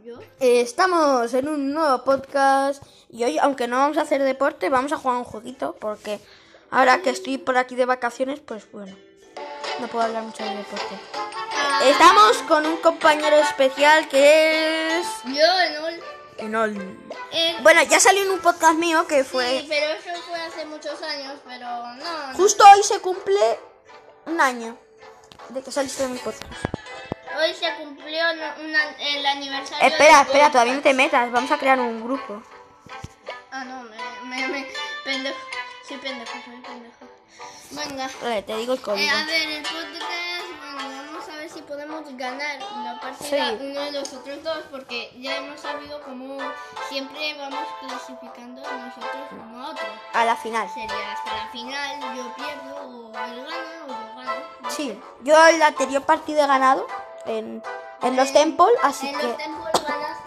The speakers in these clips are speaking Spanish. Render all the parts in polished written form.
¿Yo? Estamos en un nuevo podcast y hoy, aunque no vamos a hacer deporte, vamos a jugar un jueguito porque ahora que estoy por aquí de vacaciones, pues bueno, no puedo hablar mucho de deporte. Estamos con un compañero especial que es... Yo, Enol. Bueno, ya salió en un podcast mío que fue... Sí, pero eso fue hace muchos años, pero no. Justo hoy se cumple un año de que saliste en mi podcast. Hoy se cumplió el aniversario. Espera, del todavía no podcast. te metas, vamos a crear un grupo. Ah, no, me pendejo. Soy pendejo. Venga. Vale, te digo el código. A ver, el podcast, bueno, vamos a ver si podemos ganar una partida Sí. uno de los otros dos, porque ya hemos sabido cómo siempre vamos clasificando nosotros uno a otro. A la final. Sería hasta la final, yo pierdo, o él gana, o yo gano. ¿no? Sí, yo el anterior partido he ganado en los Temple, así En que... los tempos ganaste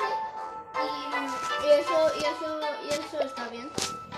y eso está bien.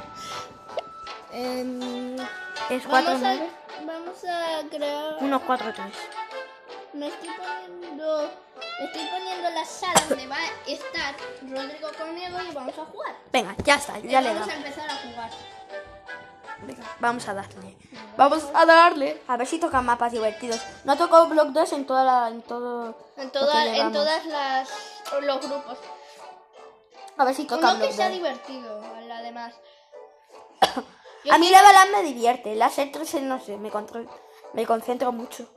Es 4-9. Vamos a crear... 1-4-3. Me estoy poniendo la sala donde va a estar Rodrigo conmigo y vamos a jugar. Venga, ya está, ya le he Vamos dado. a empezar a jugar. Venga, vamos a darle. Vamos a darle. A ver si tocan mapas divertidos. No he tocado Block 2 en todo En lo que llevamos. todas los grupos. A ver si toca Uno que Block sea 2. divertido, además. A mí Legoland me divierte. Las E3 no sé, me concentro mucho.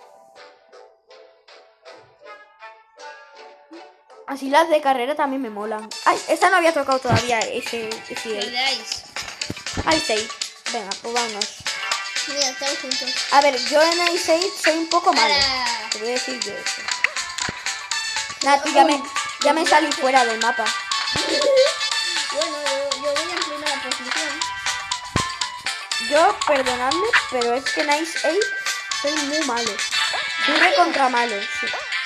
Así las de carrera también me molan. Ay, esta no había tocado todavía ese Lo de Ice. Ay, 6. Venga, pues vámonos. Mira, estamos juntos. A ver, yo en i6 soy un poco malo. Para. Te voy a decir yo eso. Nada, tú ya me salí fuera del mapa. Bueno, yo voy en primera posición. Yo, perdonadme, pero es que en i6 soy muy malo. Soy recontra malo, sí.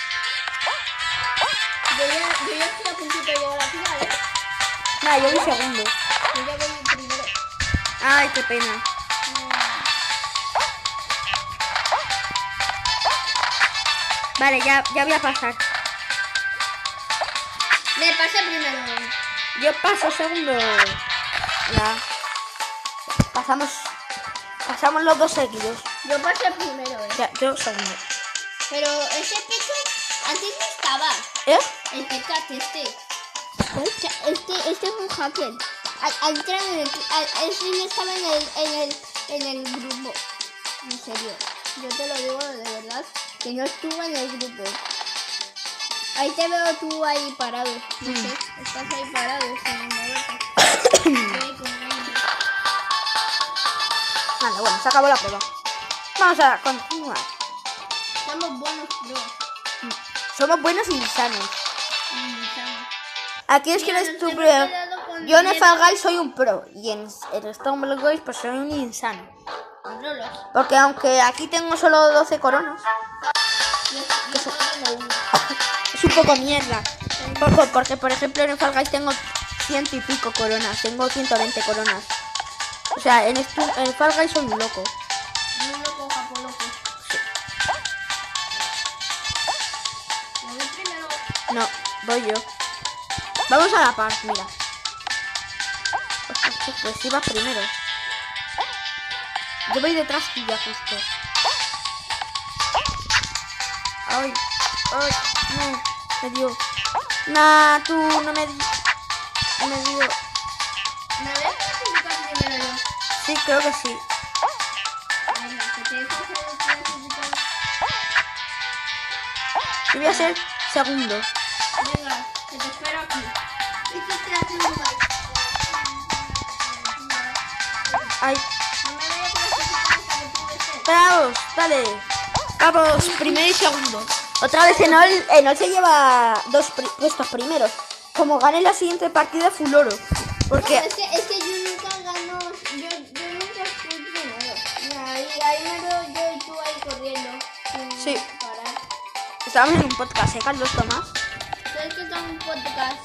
Yo ya estoy a puntito de llegar a la final, ¿eh? Nada, yo voy segundo. Yo ya voy primero. Ay, qué pena. Vale, ya voy a pasar. Me pasé primero. Yo paso segundo. Ya. Pasamos los dos seguidos. Yo pasé primero, ¿eh? Ya, yo segundo. Pero ese pecho antes no estaba. ¿Eh? El Pecas este es un hacker. Al entrar este no estaba en el grupo. En serio. Yo te lo digo de verdad. Que no estuvo en el grupo. Ahí te veo tú ahí parado. No sé. Estás ahí parado sin moverte. Estoy corriendo. Vale, bueno, se acabó la prueba. Vamos a continuar. Somos buenos bros. Somos buenos y sanos. Chamo. Aquí es que Mira, eres nos tu hemos pro. quedado con Yo en el 10 Fall Guys soy un pro. Y en el Stumble Guys pues soy un insano. rolos. Porque aunque aquí tengo solo 12 coronas, Yo solo tengo uno. es un poco mierda. Porque por ejemplo en el Fall Guys tengo 100 y pico coronas. Tengo 120 coronas. O sea, en el Fall Guys soy un loco. Un loco japo loco. Yo voy primero. No, voy yo. Vamos a la par, mira. Pues sí vas primero. Yo voy detrás tuya justo. Ay, no, me dio. Nah, tú no me dio. Me dio. ¿Me ves clasificar primero yo? Sí, creo que sí. Venga, que te dejo clasificar. Yo voy a ser segundo. Venga, que te espero aquí. ¿Y qué te haces un like? Ay, No me vayas a clasificar hasta que tú estés. vamos, dale. Vamos, primero y segundo. Otra vez Enol se lleva dos puestos primeros. Como gane la siguiente partida, full oro. Porque Es que yo nunca gano. Yo nunca fui primero. Mira, ahí me veo yo y tú ahí corriendo. Sin Sí. parar. estamos en un podcast, ¿eh, Carlos Tomás? ¿Sabes que está un podcast?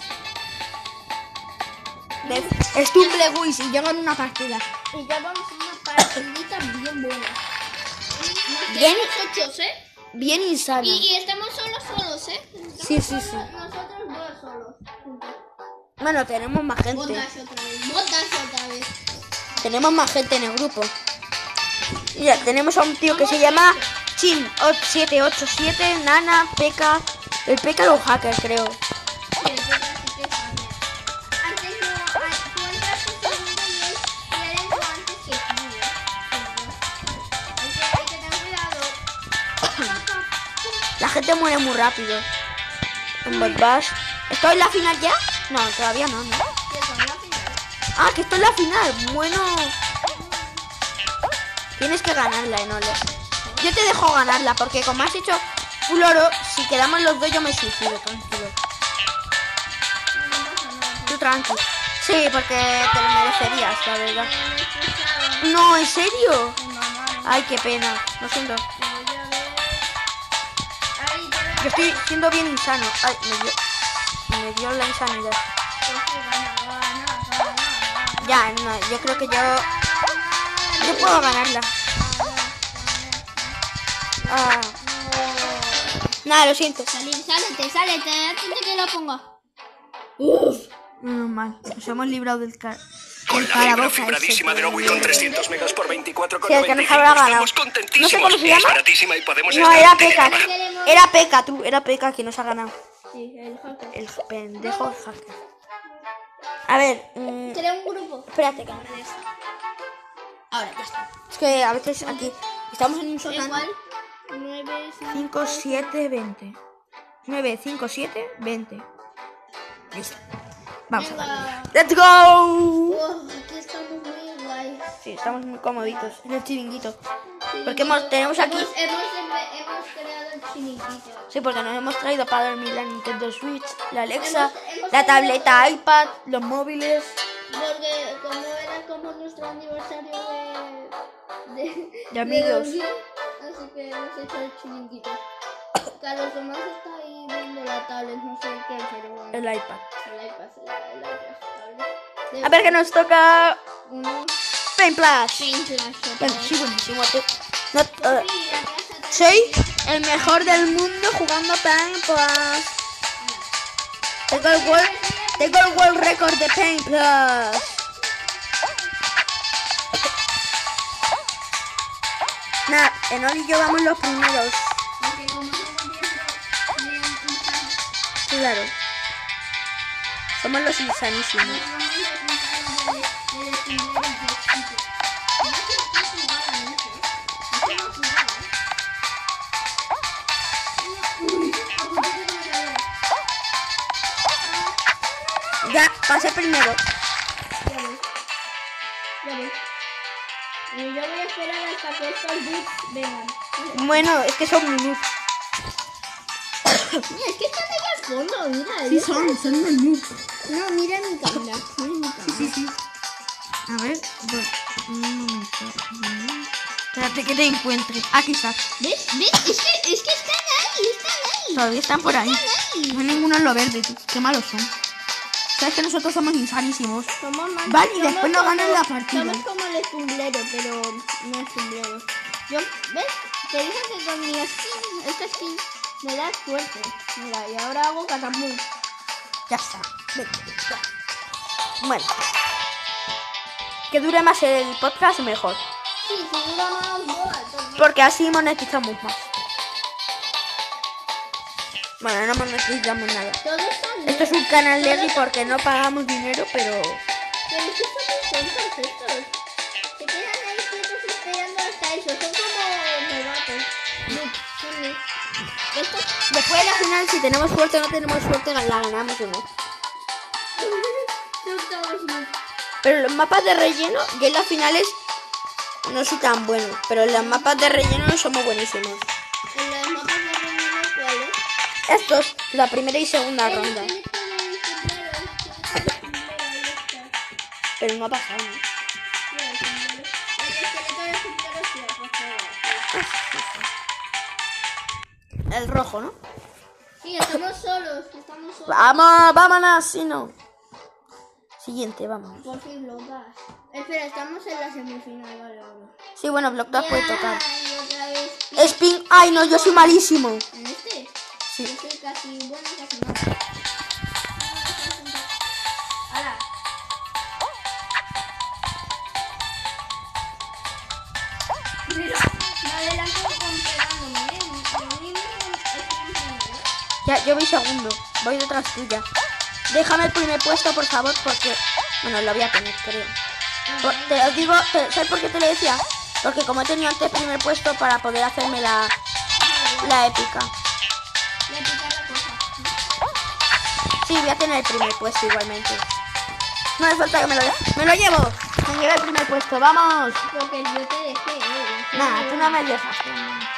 De Stumble Guys y yo gano una partida. Y ya vamos a una partidita bien buena. Bien. Nosotros, ¿eh? Bien insano. Y estamos solos, ¿eh? Sí, sí, sí. Nosotros dos solos. Bueno, tenemos más gente. Botas otra vez. Tenemos más gente en el grupo. Mira, tenemos a un tío que se llama Chin787, Nana, Peka. El Peka era un hacker, creo. Sí, el Peka sí que es hacker. Antes no, tú entraste segundo y él entró antes que tú. Hay que tener cuidado. La gente muere muy rápido. En Bot Bash. ¿Estoy en la final ya? No, todavía no, ¿no? Ah, que esto es la final. Bueno. Tienes que ganarla, Enole. Yo te dejo ganarla, porque como has hecho full oro, si quedamos los dos yo me suicido, tranquilo. Tú tranqui. Sí, porque te lo merecerías, la verdad. No, ¿en serio? Ay, qué pena. Lo siento. Yo estoy siendo bien insano. Ay, me dio la insanidad. Ya, no, yo creo que yo puedo ganarla. Ah. Nada, lo siento. Sálete, antes que lo ponga. Menos mal, nos hemos librado del Con la fibra fibradísima de Novicon 300 megas por 24,95. que nos habrá ganado. Estamos contentísimos. No sé cómo se llama. Es baratísima y podemos No, estar era en Peka. teletrabajo. Era Peka, tú. Era Peka quien nos ha ganado. Sí, el hacker. El pendejo hacker. A ver, Crea un grupo. espérate que no me des. Ahora, ya está. Es que a veces aquí estamos en un sótano. ¿Cuál? 9, 5, 7, 20. 9, 5, 7, 20. Listo. Vamos a darle. ¡Let's go! Aquí estamos muy guay. Sí, estamos muy comoditos en el chiringuito. Sí, Porque tenemos aquí... Hemos creado el chiringuito. Sí, porque nos hemos traído para dormir la Nintendo Switch, la Alexa, Hemos la traído- tableta iPad, los móviles. Porque como era como nuestro aniversario De amigos. dormir, así que hemos hecho el chiringuito. Carlos Tomás está ahí viendo la tablet, no sé qué, pero bueno. El iPad. El iPad, tablet. A ver que nos toca Uno. Paint Plus. Paint Flash otra Bueno, vez. sí, buenísimo. No, Sí, la casa está- soy el mejor del mundo jugando Paint Plus. Tengo el World Record de Paint Plus. Nada, Enol y yo vamos los primeros. Porque como somos bien Claro. Somos los insanísimos. Ya, pasé primero. Y yo voy a esperar hasta que estos bits vengan. Bueno, es que son minutos. Mira, es que están ahí al fondo, mira. son los noobs. No, mira mi cámara. Mira mi cámara. Sí. A ver, un momento. Espérate que te encuentre. Aquí está. ¿Ves? Es que están ahí. Todavía están por ahí. Están No hay ninguno en lo verde, tú. Qué malos son. Sabes que nosotros somos insanísimos. Somos más- Vale, y somos después nos ganan como- la partida. Somos como el estumblero, pero no es tumblero. ¿Ves? Te dije que con mi skin, esta skin, me da suerte. Mira, y ahora hago catapult. Ya está. Vete, ya. Bueno. Que dure más el podcast, mejor. Sí, si dura más, ¿no? Porque así monetizamos más. Bueno, no monetizamos nada. Todo está bien. Esto es un canal de Eddie porque no pagamos dinero, pero... Pero es que son muy tontos estos. Se quedan ahí quietos esperando hasta eso. Son como novatos. Son noob. Estos... Después de la final, si tenemos suerte o no tenemos suerte, la ganamos o no. Son todos noob. Pero los mapas de relleno, yo en las finales no soy tan bueno. Pero en los mapas de relleno somos buenísimos. En los mapas de reunión, ¿cuáles? Estos, la primera y segunda El ronda. esqueleto del sombrero, el esqueleto del sombrero, ahí está. Pero no ha pasado, ¿no? Sí, el sombrero. El esqueleto del sombrero sí ha pasado. El rojo, ¿no? Sí, estamos solos. Vámonos, si no. Siguiente, vamos. Por fin lo das. Espera, estamos en la semifinal, vale. Sí, bueno, Block Tap puede tocar. Y otra vez. Spin, ay no, yo soy malísimo. ¿En este? Sí. Yo soy casi bueno, casi malo. Ya, yo voy segundo. Voy detrás tuya. Déjame el primer puesto, por favor, porque... Bueno, lo voy a tener, creo. Te lo digo, ¿sabes por qué te lo decía? Porque como he tenido antes el primer puesto para poder hacerme la épica. La épica es la cosa. Sí, voy a tener el primer puesto igualmente. No hace falta que me lo dé. ¡Me lo llevo! Me llevo el primer puesto, ¡vamos! Porque yo te dejé, Nah, tú no me dejaste.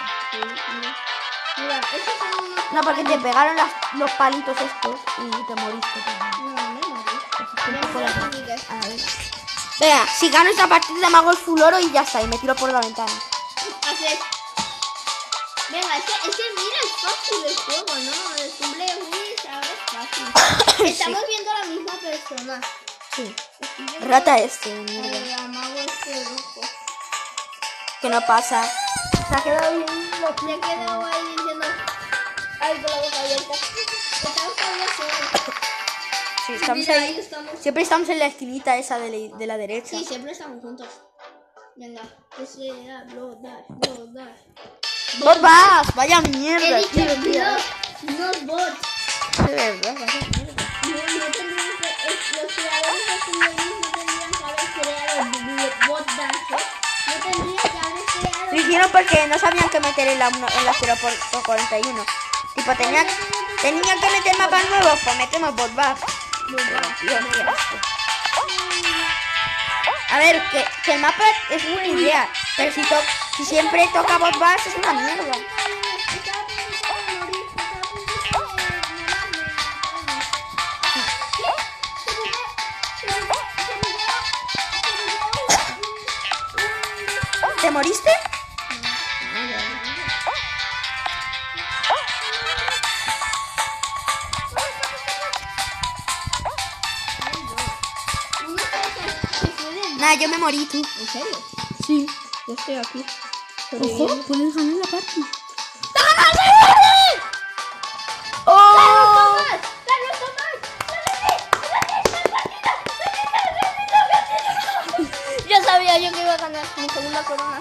Mira, estos son unos... No, porque te pegaron los palitos estos y te moriste. No, me morí. Venga, si gano esta partida me hago el full oro y ya está, y me tiro por la ventana. Haces... Venga, es que mira, es fácil el juego, ¿no? El cumpleaños ahora es fácil. Estamos viendo a la misma persona. Sí. Rata este, mierda. El amago este rojo. Que no pasa. Se ha quedado bien. Le he quedado ahí diciendo... Ay, con la boca abierta. Estamos todavía solos. Sí, estamos Mira, ahí. estamos... Siempre estamos en la esquinita esa de la derecha. Sí, siempre estamos juntos. Venga, que sea Blood Dash, Blood Dash. ¡Vos vas! ¡Vaya mierda! He dicho tío, tío. Blood, no bot. De verdad, vaya mierda. No tendrían que... Los creadores de Cumpleaños no tendrían que haber creado Bot Dash, ¿eh? No tendrían que haber creado... Lo hicieron porque no sabían que meter en la 0 por 41. Tipo, tenía que meter mapas nuevos, pues metemos bot back. Dios, qué asco. A ver, que el mapa es buena idea, pero si siempre toca bot back es una mierda. ¿Te moriste? Nah, yo me morí, tú. ¿En serio? Sí. Yo estoy aquí. Ojo, puedes ganar la party. ¡Oh! Ya sabía yo que iba a ganar mi segunda corona.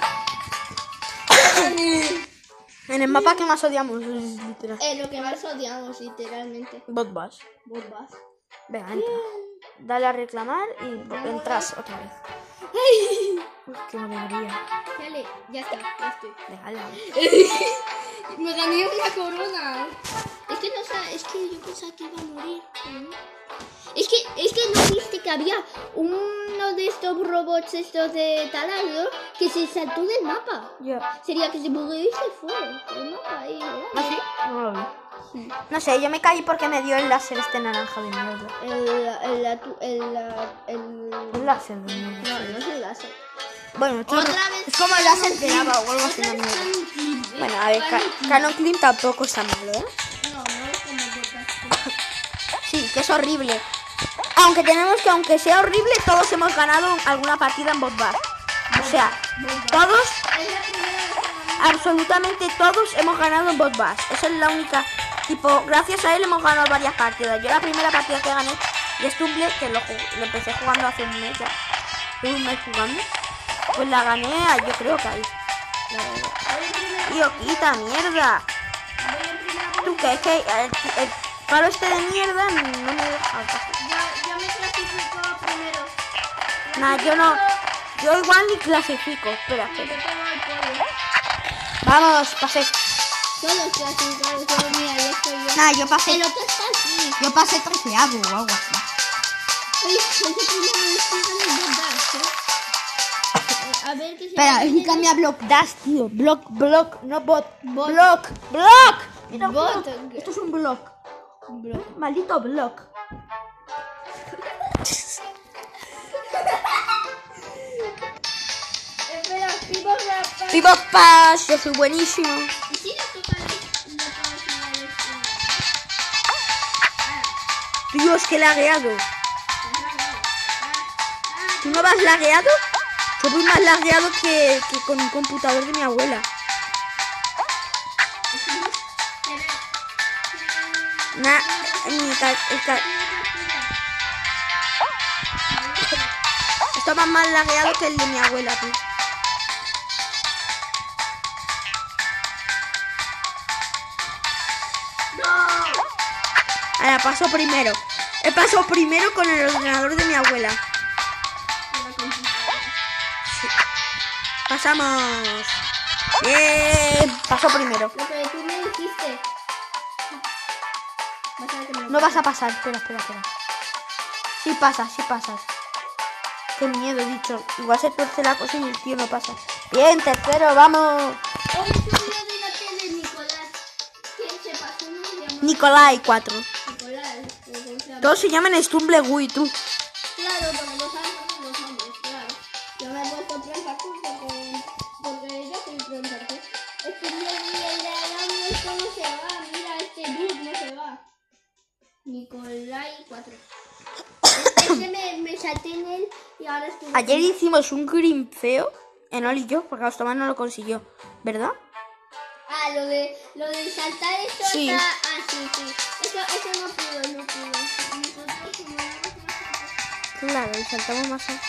En el mapa que más odiamos, literal. Es lo que más odiamos, literalmente. Bot bash. Bombas. Venga, entra. Dale a reclamar y entras otra vez. Uf, qué alegría. Dale, ya está, ya estoy. Déjala. Me gané una corona. Es que no sé, es que yo pensaba que iba a morir. Es que no viste que había uno de estos robots estos de taladro que se saltó del mapa. Ya. Sería que se bugueó y se fue del mapa ahí, ¿no? ¿Ah, sí? No lo vi. No sé, yo me caí porque me dio el láser este naranja de mierda. El El láser de mierda. no, no es el láser. Bueno, Otra vez es como el láser de lava o algo así Otra de vez mierda. Canon Clip, Bueno, a ver, Canon Clean tampoco está malo, ¿eh? No es como botas. Sí, que es horrible. Aunque aunque sea horrible, todos hemos ganado alguna partida en bot bash. O sea, todos, Es la primera vez que ganamos. absolutamente todos hemos ganado en bot bash. Esa es la única. Tipo, gracias a él hemos ganado varias partidas. Yo la primera partida que gané de Stumble, que lo empecé jugando hace un mes ya. Llevo un mes jugando. Pues la gané, yo creo que ahí. Tío, quita, mierda. Tú que es que el palo este de mierda no me deja. Ya me clasifico primero. Nah, yo no. Yo igual ni clasifico. Espera, Yo espera. tengo el podio. Vamos, pasé. Todos clasificados, pero mira, yo estoy yo. Nah, yo pasé. El otro está aquí. Yo pasé 13avo o algo así. Oye, ese primero me explican el Bot Dash, ¿eh? A ver qué se Espera, va a es que cambia Block Dash, tío. Block, no bot. Bot. Block. Mira, Bot. Esto es un block. Maldito block. Espera, Pivot Rap. Pivot Pass, yo soy buenísimo. ¿Y si nos toca el Dios, que lagueado. ¿Tú no vas lagueado? Yo voy más lagueado que con un computador de mi abuela. Esto va más lagueado que el de mi abuela, tú. Ahora paso primero. He pasado primero con el ordenador de mi abuela. Sí. Pasamos. Bien. Paso primero. Lo que tú me dijiste. Vas a ver que me lo No vas a pasar. Espera. Sí pasas. Qué miedo, he dicho. Igual se tuerce la cosa y el tío no pasa. Bien, tercero, vamos. Hoy estuve viendo en la tele Nicolás. ¿Quién se pasó? ¿Cómo se llama? Nicolai 4. Nicolás. ¿O cómo se llama? Todos se llaman Stumblegui, tú. Claro, porque no saben todos los nombres, claro. Yo me he puesto Pronsacu porque yo soy Pronsacu. Es que el de Adán esto no se va. Mira, este dude no se va. Nicolai 4. Me salté en él y ahora estoy... Ayer hicimos un green feo, Enol y yo, porque Tomás no lo consiguió, ¿verdad? Ah, lo de saltar esto Sí. está... Ah, sí. Eso no pudo. Claro, y saltamos más alto.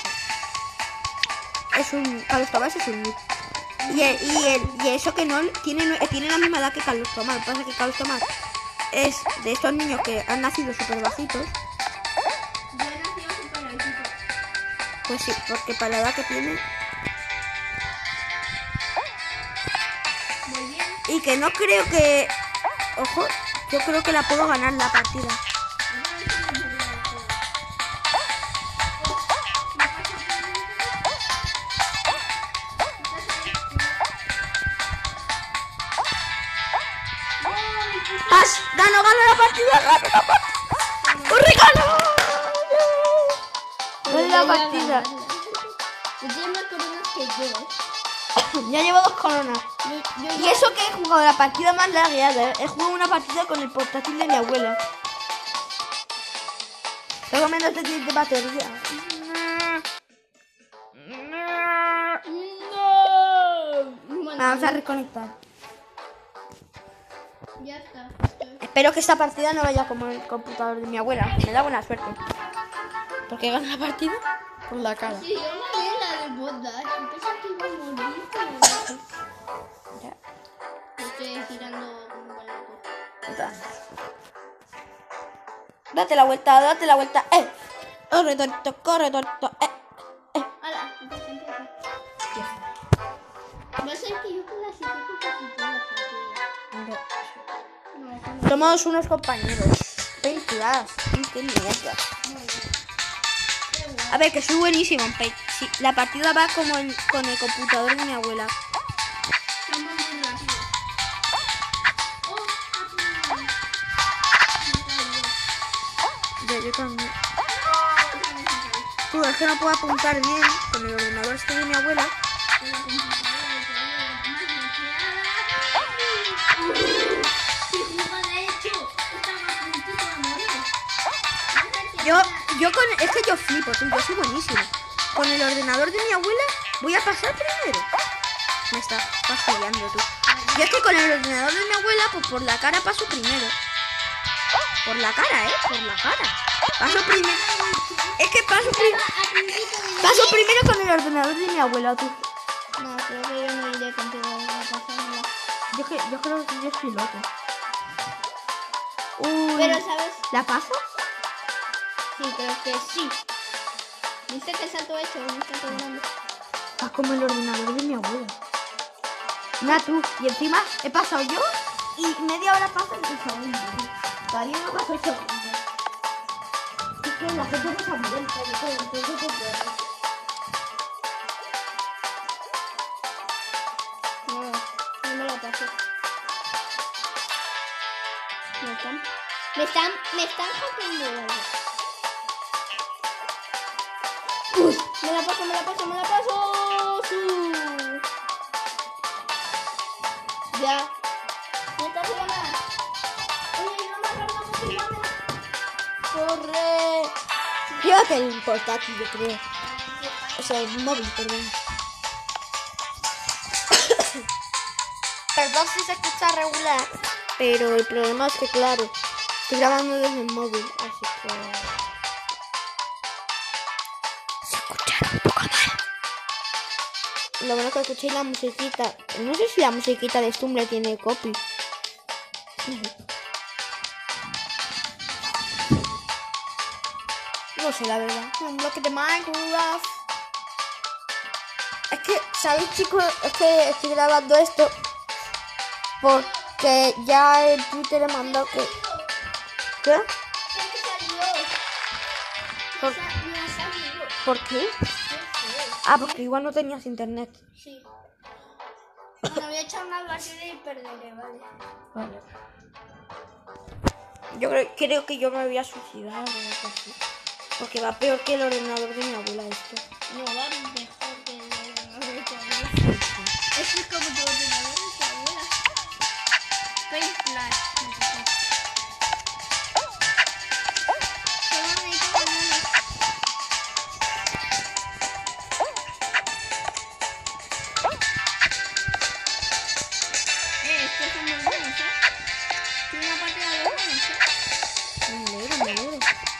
Es un... Carlos Tomás es un noob. Y eso que no tiene la misma edad que Carlos Tomás. Lo que pasa es que Carlos Tomás es de estos niños que han nacido súper bajitos. Yo he nacido súper altito. Pues sí, porque para la edad que tiene. Muy bien. Y que no creo que... Ojo, yo creo que la puedo ganar la partida. ¡Gano la partida! ¡Corre, gano! Gano la partida. Tú tienes más coronas que yo. Ya llevo 2 coronas. Y eso que he jugado la partida más larga, he jugado una partida con el portátil de mi abuela. Tengo menos de 10 de batería. Bueno, Vamos a reconectar. ya está. Espero que esta partida no vaya como el computador de mi abuela. Me da buena suerte. ¿Por qué gana la partida? Por la cara. Sí, yo gané la del bondad. Yo pensaba que iba a morir, pero... Ya. Estoy girando como un loco. Está. Date la vuelta. Corre, torto. ¡Hala! Empieza. Va a ser que yo clasifico casi todas las partidas. No, Somos unos compañeros. 20 horas. ¡Qué mierda! A ver, que soy buenísimo en Paint. Sí, la partida va como con el computador de mi abuela. somos muy rápidos. Yo también. Tú, es que no puedo apuntar bien con el ordenador este de mi abuela. Es que yo flipo, tú, yo soy buenísimo. Con el ordenador de mi abuela voy a pasar primero. Me está fastidiando, tú. Yo es que con el ordenador de mi abuela, pues por la cara paso primero. Por la cara, por la cara. Paso primero. Es que paso primero con el ordenador de mi abuela, tú. No, creo que yo no iré contigo a pasármela. Yo creo que yo estoy loco. Uy. Pero, ¿sabes? ¿La pasas? Sí, creo que sí. ¿Viste que salto hecho? Un salto grande. Estás como el ordenador de mi abuela. Mira tú. Y encima he pasado yo y media hora pasa en el segundo. Todavía no paso el segundo. Es que la gente no se ambienta. No me la paso. Me están hackeando algo. Me la paso. Ya. Mientras se gana. Oye, no me agarro porque ¡Corre! Llévate el portátil, yo creo. O sea, el móvil, perdón. Perdón si se escucha regular, pero el problema es que, claro, estoy grabando desde el móvil, así que... Se escucha un poco mal. Lo bueno es que escuché la musiquita. No sé si la musiquita de Stumble tiene copy. No sé, la verdad. Un bloque de Minecraft. Es que, ¿sabéis, chicos? Es que estoy grabando esto porque ya en Twitter he mandado que... ¿Qué? ¿Por qué? Ah, porque igual no tenías internet. Sí. Bueno, voy a echar una partida y perderé, ¿vale? Vale. Yo creo que yo me voy a suicidar o algo así. Porque va peor que el ordenador de mi abuela esto. No, va mejor que el ordenador de tu abuela. Eso es como tu ordenador de tu abuela. Paint Flash. Solo necesito bananas. Estos son muy buenos, ¿eh? Tiene una partida de buenos, ¿eh? Me alegro.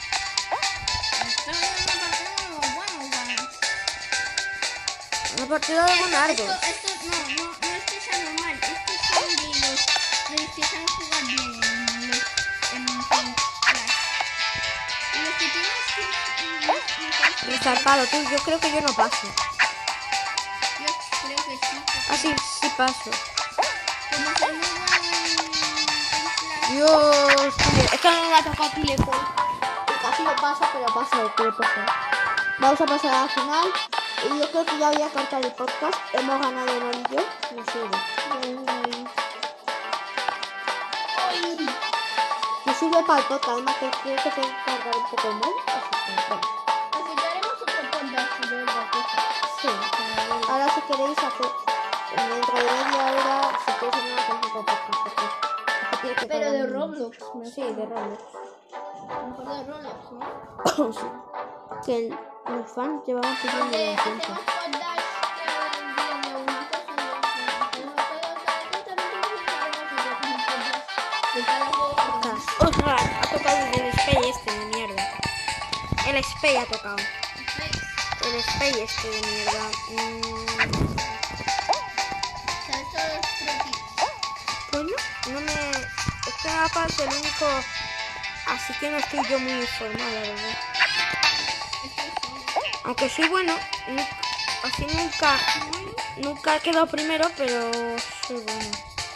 Una partida de Bonardo. Esto no es que sea normal. Estos son de los que saben jugar bien en Paint Flash. Y los que tienen skins Resarpado, tú, yo creo que yo no paso. yo creo que sí. Ah, sí, sí paso. Como soy muy bueno en Flash. Dios, es que no me ha tocado teléfono. Casi lo paso, pero paso el teléfono. Vamos a pasar a la final. Y yo creo que ya voy a cortar el podcast. Hemos ganado en anillo. No sirve. Me sirve para el podcast. Además que creo que tengo que cargar un poco más. Así que, bueno. Así que haremos otro podcast de la cosa. Sí. Ahora si queréis hacer... Dentro de media hora, si queréis hacer una cosa de podcast. Porque tiene que Pero cargar de un- Roblox. Sí, de Roblox. Mejor de Roblox, ¿no? Sí. Que los fans llevaban pidiendo Porque de tiempo. hacemos podcast de euritos de cada juego que tenemos. Ostras, ha tocado el spray este de mierda. El spray ha tocado. El spray este de mierda. ¿Sabes todos los truquitos? Pues no me... Es que aparte el único... Así que no estoy yo muy informada, la verdad. Aunque soy bueno, así nunca he quedado primero, pero soy bueno.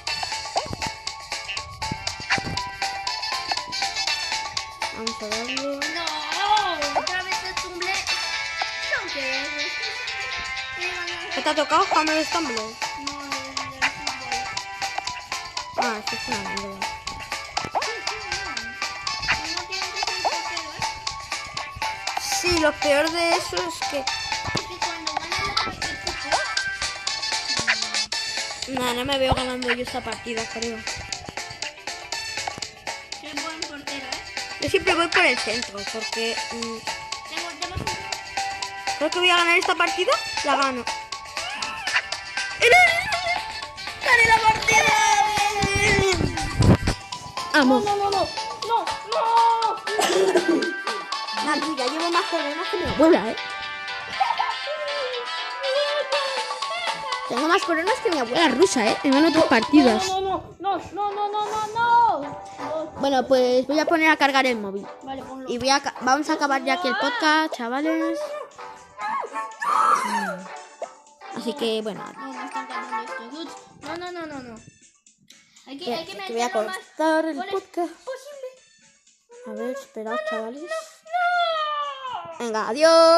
Vamos a darle... ¡No! Otra vez el tumble. ¿No qué es? ¿Qué te ha tocado? Hammer Stumble. No, el fútbol. Ah, eso es una mierda. No tienen que ser portero, ¿eh? Sí, lo peor de eso es que... Es que cuando gana el otro equipo, Nah, no me veo ganando yo esta partida, creo. es buen portero, ¿eh? Yo siempre voy por el centro, porque Tenemos un... creo que voy a ganar esta partida. La gano. ¡Gané la partida! Vamos. No. La tuya, llevo más coronas que mi abuela, ¿eh? Tengo más coronas que mi abuela rusa, ¿eh? Me gano 2 partidas. No. Bueno, pues voy a poner a cargar el móvil. Vale, ponlo. Y vamos a acabar ya aquí el podcast, chavales. Así que, bueno, No, me están cantando esto. Dudes. No. Hay que que voy a meterlo más cortar el goles podcast. posible. A ver, esperad, chavales. Venga, adiós.